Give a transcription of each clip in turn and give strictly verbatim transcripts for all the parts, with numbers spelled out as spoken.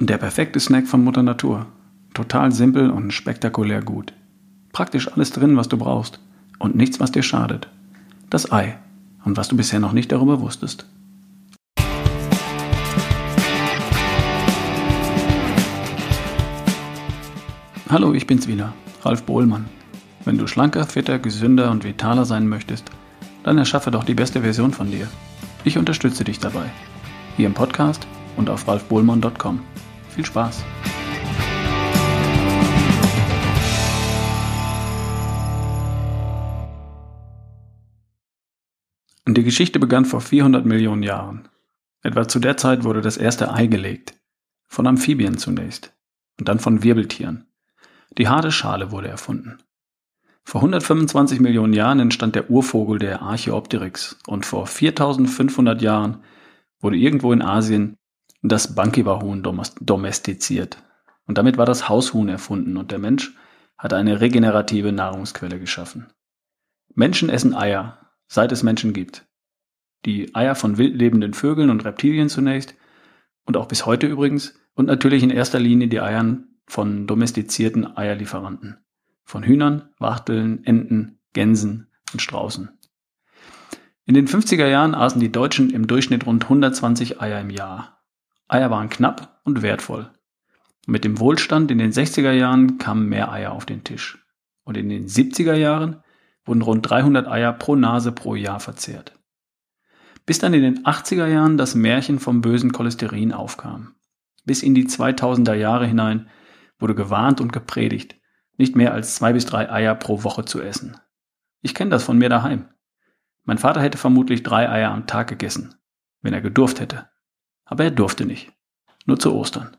Der perfekte Snack von Mutter Natur. Total simpel und spektakulär gut. Praktisch alles drin, was du brauchst. Und nichts, was dir schadet. Das Ei. Und was du bisher noch nicht darüber wusstest. Hallo, ich bin's wieder, Ralf Bohlmann. Wenn du schlanker, fitter, gesünder und vitaler sein möchtest, dann erschaffe doch die beste Version von dir. Ich unterstütze dich dabei. Hier im Podcast und auf ralf bohlmann punkt com. Viel Spaß! Die Geschichte begann vor vierhundert Millionen Jahren. Etwa zu der Zeit wurde das erste Ei gelegt. Von Amphibien zunächst und dann von Wirbeltieren. Die harte Schale wurde erfunden. Vor hundertfünfundzwanzig Millionen Jahren entstand der Urvogel der Archaeopteryx und vor viertausendfünfhundert Jahren wurde irgendwo in Asien das Bankiwa-Huhn domestiziert. Und damit war das Haushuhn erfunden und der Mensch hat eine regenerative Nahrungsquelle geschaffen. Menschen essen Eier, seit es Menschen gibt. Die Eier von wild lebenden Vögeln und Reptilien zunächst und auch bis heute übrigens und natürlich in erster Linie die Eier von domestizierten Eierlieferanten. Von Hühnern, Wachteln, Enten, Gänsen und Straußen. In den fünfziger Jahren aßen die Deutschen im Durchschnitt rund hundertzwanzig Eier im Jahr. Eier waren knapp und wertvoll. Mit dem Wohlstand in den sechziger Jahren kamen mehr Eier auf den Tisch. Und in den siebziger Jahren wurden rund dreihundert Eier pro Nase pro Jahr verzehrt. Bis dann in den achtziger Jahren das Märchen vom bösen Cholesterin aufkam. Bis in die zweitausender Jahre hinein wurde gewarnt und gepredigt, nicht mehr als zwei bis drei Eier pro Woche zu essen. Ich kenne das von mir daheim. Mein Vater hätte vermutlich drei Eier am Tag gegessen, wenn er gedurft hätte. Aber er durfte nicht. Nur zu Ostern.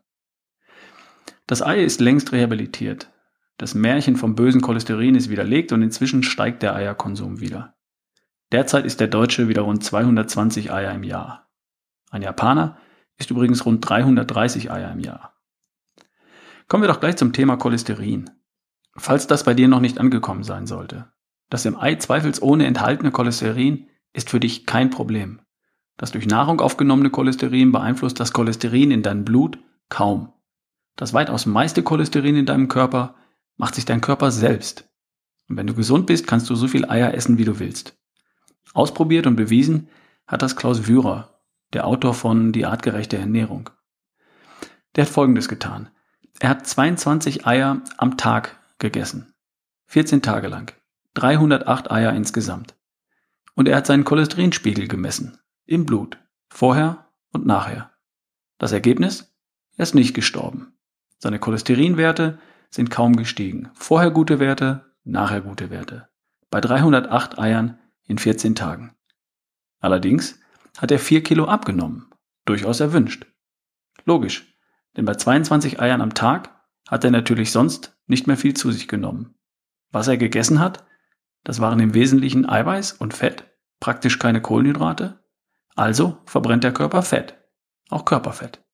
Das Ei ist längst rehabilitiert. Das Märchen vom bösen Cholesterin ist widerlegt und inzwischen steigt der Eierkonsum wieder. Derzeit ist der Deutsche wieder rund zweihundertzwanzig Eier im Jahr. Ein Japaner isst übrigens rund dreihundertdreißig Eier im Jahr. Kommen wir doch gleich zum Thema Cholesterin. Falls das bei dir noch nicht angekommen sein sollte. Das im Ei zweifelsohne enthaltene Cholesterin ist für dich kein Problem. Das durch Nahrung aufgenommene Cholesterin beeinflusst das Cholesterin in deinem Blut kaum. Das weitaus meiste Cholesterin in deinem Körper macht sich dein Körper selbst. Und wenn du gesund bist, kannst du so viel Eier essen, wie du willst. Ausprobiert und bewiesen hat das Klaus Wyrer, der Autor von Die artgerechte Ernährung. Der hat Folgendes getan. Er hat zweiundzwanzig Eier am Tag gegessen. vierzehn Tage lang. dreihundertacht Eier insgesamt. Und er hat seinen Cholesterinspiegel gemessen. Im Blut. Vorher und nachher. Das Ergebnis? Er ist nicht gestorben. Seine Cholesterinwerte sind kaum gestiegen. Vorher gute Werte, nachher gute Werte. Bei dreihundertacht Eiern in vierzehn Tagen. Allerdings hat er vier Kilo abgenommen. Durchaus erwünscht. Logisch. Denn bei zweiundzwanzig Eiern am Tag hat er natürlich sonst nicht mehr viel zu sich genommen. Was er gegessen hat, das waren im Wesentlichen Eiweiß und Fett, praktisch keine Kohlenhydrate. Also verbrennt der Körper Fett, auch Körperfett.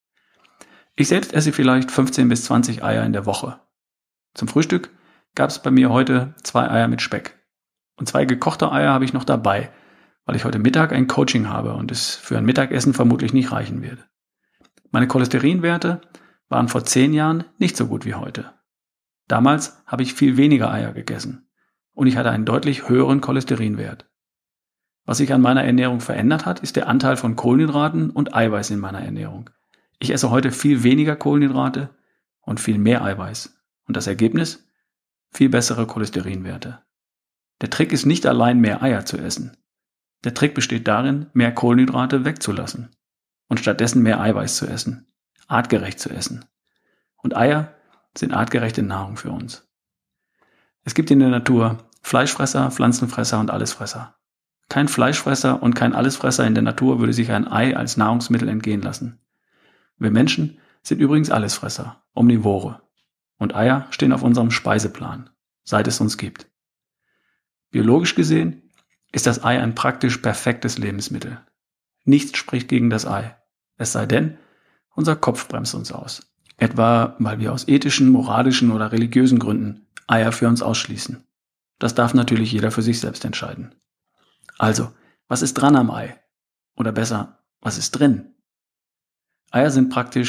Ich selbst esse vielleicht fünfzehn bis zwanzig Eier in der Woche. Zum Frühstück gab es bei mir heute zwei Eier mit Speck. Und zwei gekochte Eier habe ich noch dabei, weil ich heute Mittag ein Coaching habe und es für ein Mittagessen vermutlich nicht reichen wird. Meine Cholesterinwerte waren vor zehn Jahren nicht so gut wie heute. Damals habe ich viel weniger Eier gegessen und ich hatte einen deutlich höheren Cholesterinwert. Was sich an meiner Ernährung verändert hat, ist der Anteil von Kohlenhydraten und Eiweiß in meiner Ernährung. Ich esse heute viel weniger Kohlenhydrate und viel mehr Eiweiß. Und das Ergebnis? Viel bessere Cholesterinwerte. Der Trick ist nicht allein mehr Eier zu essen. Der Trick besteht darin, mehr Kohlenhydrate wegzulassen. Und stattdessen mehr Eiweiß zu essen, artgerecht zu essen. Und Eier sind artgerechte Nahrung für uns. Es gibt in der Natur Fleischfresser, Pflanzenfresser und Allesfresser. Kein Fleischfresser und kein Allesfresser in der Natur würde sich ein Ei als Nahrungsmittel entgehen lassen. Wir Menschen sind übrigens Allesfresser, Omnivore. Und Eier stehen auf unserem Speiseplan, seit es uns gibt. Biologisch gesehen ist das Ei ein praktisch perfektes Lebensmittel. Nichts spricht gegen das Ei. Es sei denn, unser Kopf bremst uns aus. Etwa, weil wir aus ethischen, moralischen oder religiösen Gründen Eier für uns ausschließen. Das darf natürlich jeder für sich selbst entscheiden. Also, was ist dran am Ei? Oder besser, was ist drin? Eier sind praktisch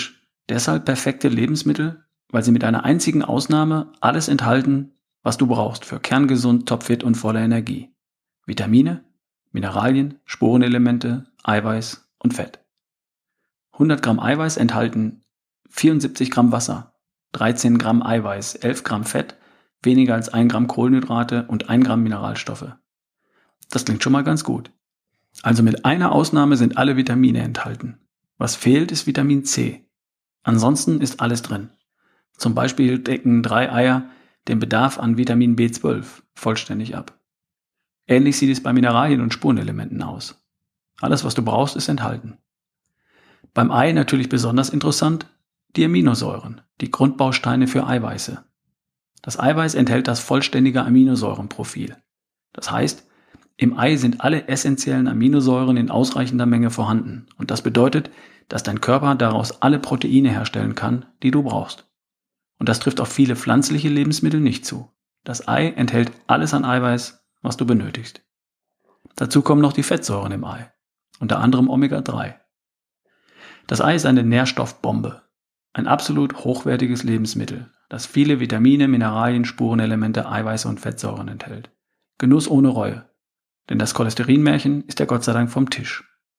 Deshalb perfekte Lebensmittel, weil sie mit einer einzigen Ausnahme alles enthalten, was du brauchst für kerngesund, topfit und voller Energie. Vitamine, Mineralien, Spurenelemente, Eiweiß und Fett. hundert Gramm Eiweiß enthalten vierundsiebzig Gramm Wasser, dreizehn Gramm Eiweiß, elf Gramm Fett, weniger als ein Gramm Kohlenhydrate und ein Gramm Mineralstoffe. Das klingt schon mal ganz gut. Also mit einer Ausnahme sind alle Vitamine enthalten. Was fehlt, ist Vitamin C. Ansonsten ist alles drin. Zum Beispiel decken drei Eier den Bedarf an Vitamin B zwölf vollständig ab. Ähnlich sieht es bei Mineralien und Spurenelementen aus. Alles, was du brauchst, ist enthalten. Beim Ei natürlich besonders interessant, die Aminosäuren, die Grundbausteine für Eiweiße. Das Eiweiß enthält das vollständige Aminosäurenprofil. Das heißt, im Ei sind alle essentiellen Aminosäuren in ausreichender Menge vorhanden und das bedeutet, dass dein Körper daraus alle Proteine herstellen kann, die du brauchst. Und das trifft auf viele pflanzliche Lebensmittel nicht zu. Das Ei enthält alles an Eiweiß, was du benötigst. Dazu kommen noch die Fettsäuren im Ei, unter anderem Omega drei. Das Ei ist eine Nährstoffbombe, ein absolut hochwertiges Lebensmittel, das viele Vitamine, Mineralien, Spurenelemente, Eiweiße und Fettsäuren enthält. Genuss ohne Reue, denn das Cholesterinmärchen ist ja Gott sei Dank vom Tisch.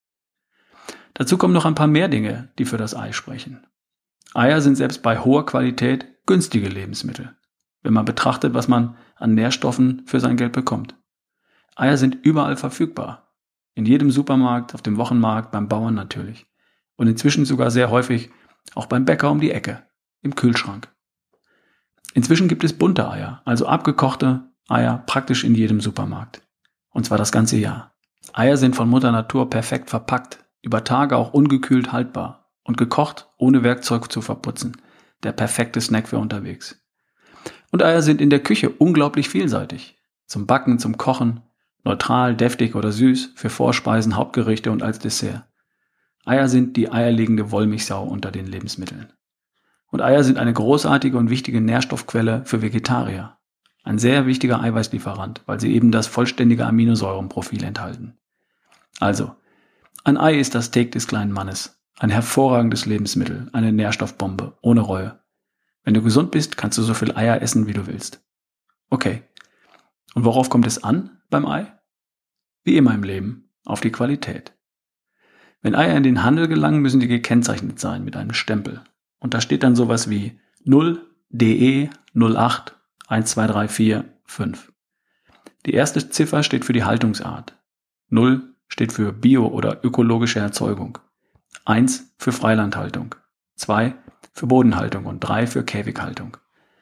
Dazu kommen noch ein paar mehr Dinge, die für das Ei sprechen. Eier sind selbst bei hoher Qualität günstige Lebensmittel, wenn man betrachtet, was man an Nährstoffen für sein Geld bekommt. Eier sind überall verfügbar. In jedem Supermarkt, auf dem Wochenmarkt, beim Bauern natürlich. Und inzwischen sogar sehr häufig auch beim Bäcker um die Ecke, im Kühlschrank. Inzwischen gibt es bunte Eier, also abgekochte Eier praktisch in jedem Supermarkt. Und zwar das ganze Jahr. Eier sind von Mutter Natur perfekt verpackt, über Tage auch ungekühlt haltbar und gekocht, ohne Werkzeug zu verputzen. Der perfekte Snack für unterwegs. Und Eier sind in der Küche unglaublich vielseitig. Zum Backen, zum Kochen, neutral, deftig oder süß, für Vorspeisen, Hauptgerichte und als Dessert. Eier sind die eierlegende Wollmilchsau unter den Lebensmitteln. Und Eier sind eine großartige und wichtige Nährstoffquelle für Vegetarier. Ein sehr wichtiger Eiweißlieferant, weil sie eben das vollständige Aminosäurenprofil enthalten. Also, ein Ei ist das Steak des kleinen Mannes. Ein hervorragendes Lebensmittel, eine Nährstoffbombe, ohne Reue. Wenn du gesund bist, kannst du so viel Eier essen, wie du willst. Okay. Und worauf kommt es an beim Ei? Wie immer im Leben, auf die Qualität. Wenn Eier in den Handel gelangen, müssen die gekennzeichnet sein mit einem Stempel. Und da steht dann sowas wie null D E null acht eins zwei drei vier fünf. Die erste Ziffer steht für die Haltungsart. null steht für Bio- oder ökologische Erzeugung. eins für Freilandhaltung. zwei für Bodenhaltung und drei für Käfighaltung.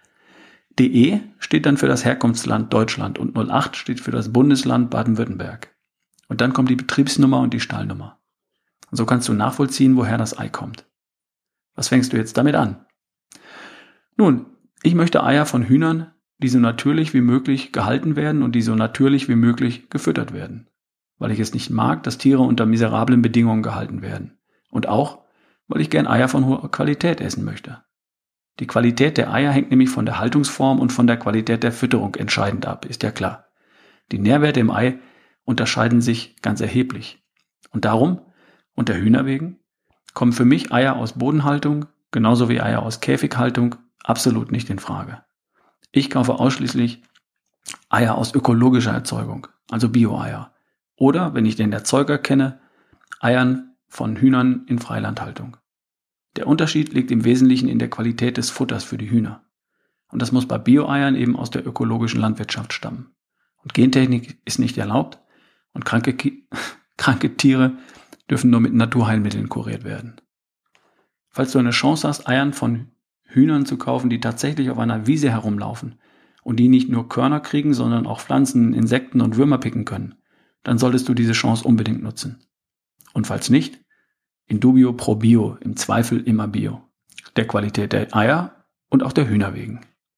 D E steht dann für das Herkunftsland Deutschland und null acht steht für das Bundesland Baden-Württemberg. Und dann kommt die Betriebsnummer und die Stallnummer. Und so kannst du nachvollziehen, woher das Ei kommt. Was fängst du jetzt damit an? Nun, ich möchte Eier von Hühnern, die so natürlich wie möglich gehalten werden und die so natürlich wie möglich gefüttert werden. Weil ich es nicht mag, dass Tiere unter miserablen Bedingungen gehalten werden. Und auch, weil ich gern Eier von hoher Qualität essen möchte. Die Qualität der Eier hängt nämlich von der Haltungsform und von der Qualität der Fütterung entscheidend ab, ist ja klar. Die Nährwerte im Ei unterscheiden sich ganz erheblich. Und darum, und der Hühner wegen, kommen für mich Eier aus Bodenhaltung, genauso wie Eier aus Käfighaltung, absolut nicht in Frage. Ich kaufe ausschließlich Eier aus ökologischer Erzeugung, also Bio-Eier. Oder, wenn ich den Erzeuger kenne, Eiern von Hühnern in Freilandhaltung. Der Unterschied liegt im Wesentlichen in der Qualität des Futters für die Hühner. Und das muss bei Bio-Eiern eben aus der ökologischen Landwirtschaft stammen. Und Gentechnik ist nicht erlaubt und kranke, Ki- kranke Tiere dürfen nur mit Naturheilmitteln kuriert werden. Falls du eine Chance hast, Eiern von Hühnern zu kaufen, die tatsächlich auf einer Wiese herumlaufen und die nicht nur Körner kriegen, sondern auch Pflanzen, Insekten und Würmer picken können, dann solltest du diese Chance unbedingt nutzen. Und falls nicht, in dubio pro bio, im Zweifel immer Bio. Der Qualität der Eier und auch der Hühner wegen.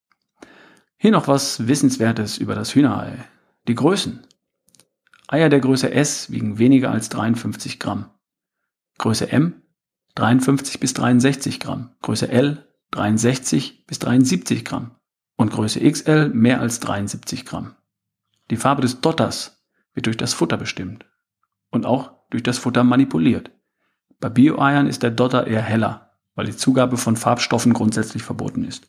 Hier noch was Wissenswertes über das Hühnerei. Die Größen. Eier der Größe S wiegen weniger als dreiundfünfzig Gramm. Größe M dreiundfünfzig bis dreiundsechzig Gramm. Größe L dreiundsechzig bis dreiundsiebzig Gramm. Und Größe X L mehr als dreiundsiebzig Gramm. Die Farbe des Dotters wird durch das Futter bestimmt. Und auch durch das Futter manipuliert. Bei Bio-Eiern ist der Dotter eher heller, weil die Zugabe von Farbstoffen grundsätzlich verboten ist.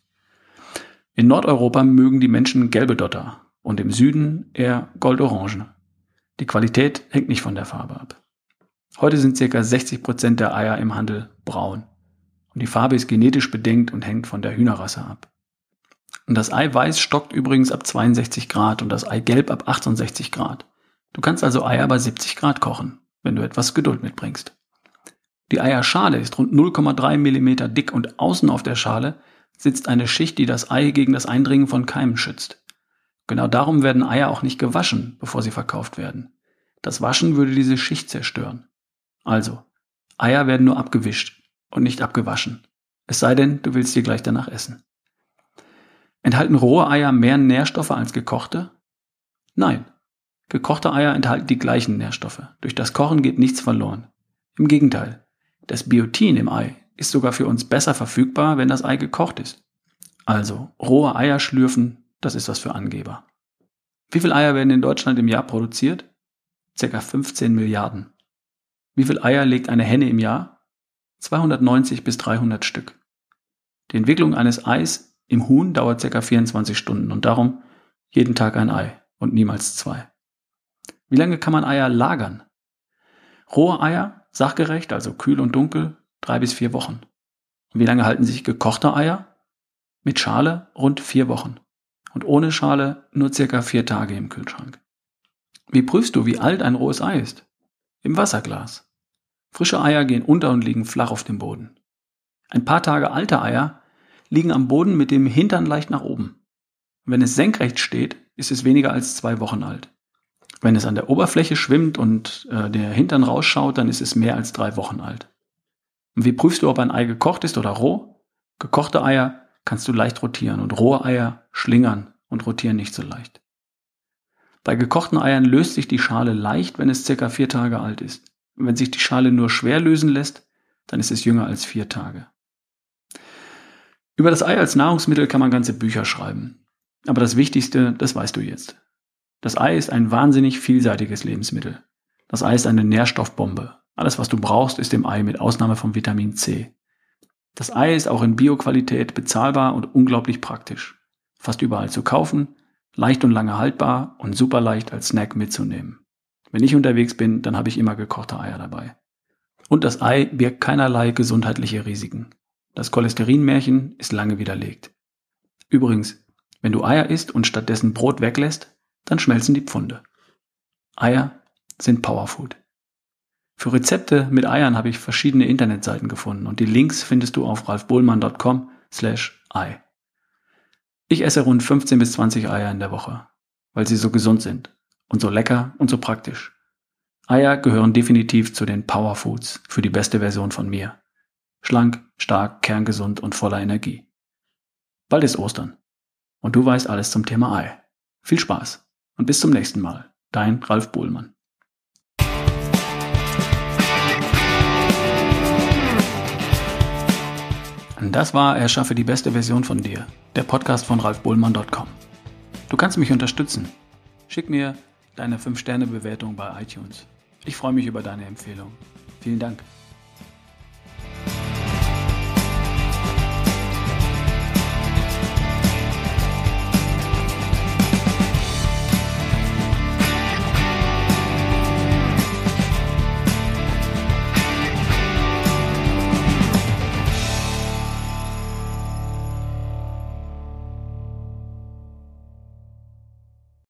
In Nordeuropa mögen die Menschen gelbe Dotter und im Süden eher goldorange. Die Qualität hängt nicht von der Farbe ab. Heute sind ca. sechzig Prozent der Eier im Handel braun. Und die Farbe ist genetisch bedingt und hängt von der Hühnerrasse ab. Und das Eiweiß stockt übrigens ab zweiundsechzig Grad und das Eigelb ab achtundsechzig Grad. Du kannst also Eier bei siebzig Grad kochen, wenn du etwas Geduld mitbringst. Die Eierschale ist rund null Komma drei Millimeter dick und außen auf der Schale sitzt eine Schicht, die das Ei gegen das Eindringen von Keimen schützt. Genau darum werden Eier auch nicht gewaschen, bevor sie verkauft werden. Das Waschen würde diese Schicht zerstören. Also, Eier werden nur abgewischt und nicht abgewaschen. Es sei denn, du willst sie gleich danach essen. Enthalten rohe Eier mehr Nährstoffe als gekochte? Nein. Gekochte Eier enthalten die gleichen Nährstoffe. Durch das Kochen geht nichts verloren. Im Gegenteil. Das Biotin im Ei ist sogar für uns besser verfügbar, wenn das Ei gekocht ist. Also, rohe Eier schlürfen, das ist was für Angeber. Wie viele Eier werden in Deutschland im Jahr produziert? Circa fünfzehn Milliarden. Wie viele Eier legt eine Henne im Jahr? zweihundertneunzig bis dreihundert Stück. Die Entwicklung eines Eis im Huhn dauert ca. vierundzwanzig Stunden und darum jeden Tag ein Ei und niemals zwei. Wie lange kann man Eier lagern? Rohe Eier, sachgerecht, also kühl und dunkel, drei bis vier Wochen. Und wie lange halten sich gekochte Eier? Mit Schale rund vier Wochen und ohne Schale nur ca. vier Tage im Kühlschrank. Wie prüfst du, wie alt ein rohes Ei ist? Im Wasserglas. Frische Eier gehen unter und liegen flach auf dem Boden. Ein paar Tage alte Eier liegen am Boden mit dem Hintern leicht nach oben. Wenn es senkrecht steht, ist es weniger als zwei Wochen alt. Wenn es an der Oberfläche schwimmt und äh, der Hintern rausschaut, dann ist es mehr als drei Wochen alt. Und wie prüfst du, ob ein Ei gekocht ist oder roh? Gekochte Eier kannst du leicht rotieren und rohe Eier schlingern und rotieren nicht so leicht. Bei gekochten Eiern löst sich die Schale leicht, wenn es ca. vier Tage alt ist. Und wenn sich die Schale nur schwer lösen lässt, dann ist es jünger als vier Tage. Über das Ei als Nahrungsmittel kann man ganze Bücher schreiben. Aber das Wichtigste, das weißt du jetzt. Das Ei ist ein wahnsinnig vielseitiges Lebensmittel. Das Ei ist eine Nährstoffbombe. Alles, was du brauchst, ist im Ei mit Ausnahme von Vitamin C. Das Ei ist auch in Bio-Qualität bezahlbar und unglaublich praktisch. Fast überall zu kaufen, leicht und lange haltbar und super leicht als Snack mitzunehmen. Wenn ich unterwegs bin, dann habe ich immer gekochte Eier dabei. Und das Ei birgt keinerlei gesundheitliche Risiken. Das Cholesterinmärchen ist lange widerlegt. Übrigens, wenn du Eier isst und stattdessen Brot weglässt, dann schmelzen die Pfunde. Eier sind Powerfood. Für Rezepte mit Eiern habe ich verschiedene Internetseiten gefunden und die Links findest du auf ralfbohlmann punkt com slash ei. Ich esse rund fünfzehn bis zwanzig Eier in der Woche, weil sie so gesund sind und so lecker und so praktisch. Eier gehören definitiv zu den Powerfoods für die beste Version von mir. Schlank, stark, kerngesund und voller Energie. Bald ist Ostern und du weißt alles zum Thema Ei. Viel Spaß und bis zum nächsten Mal. Dein Ralf Bohlmann. Und das war Erschaffe die beste Version von dir, der Podcast von ralf bohlmann punkt com. Du kannst mich unterstützen. Schick mir deine fünf Sterne Bewertung bei iTunes. Ich freue mich über deine Empfehlung. Vielen Dank.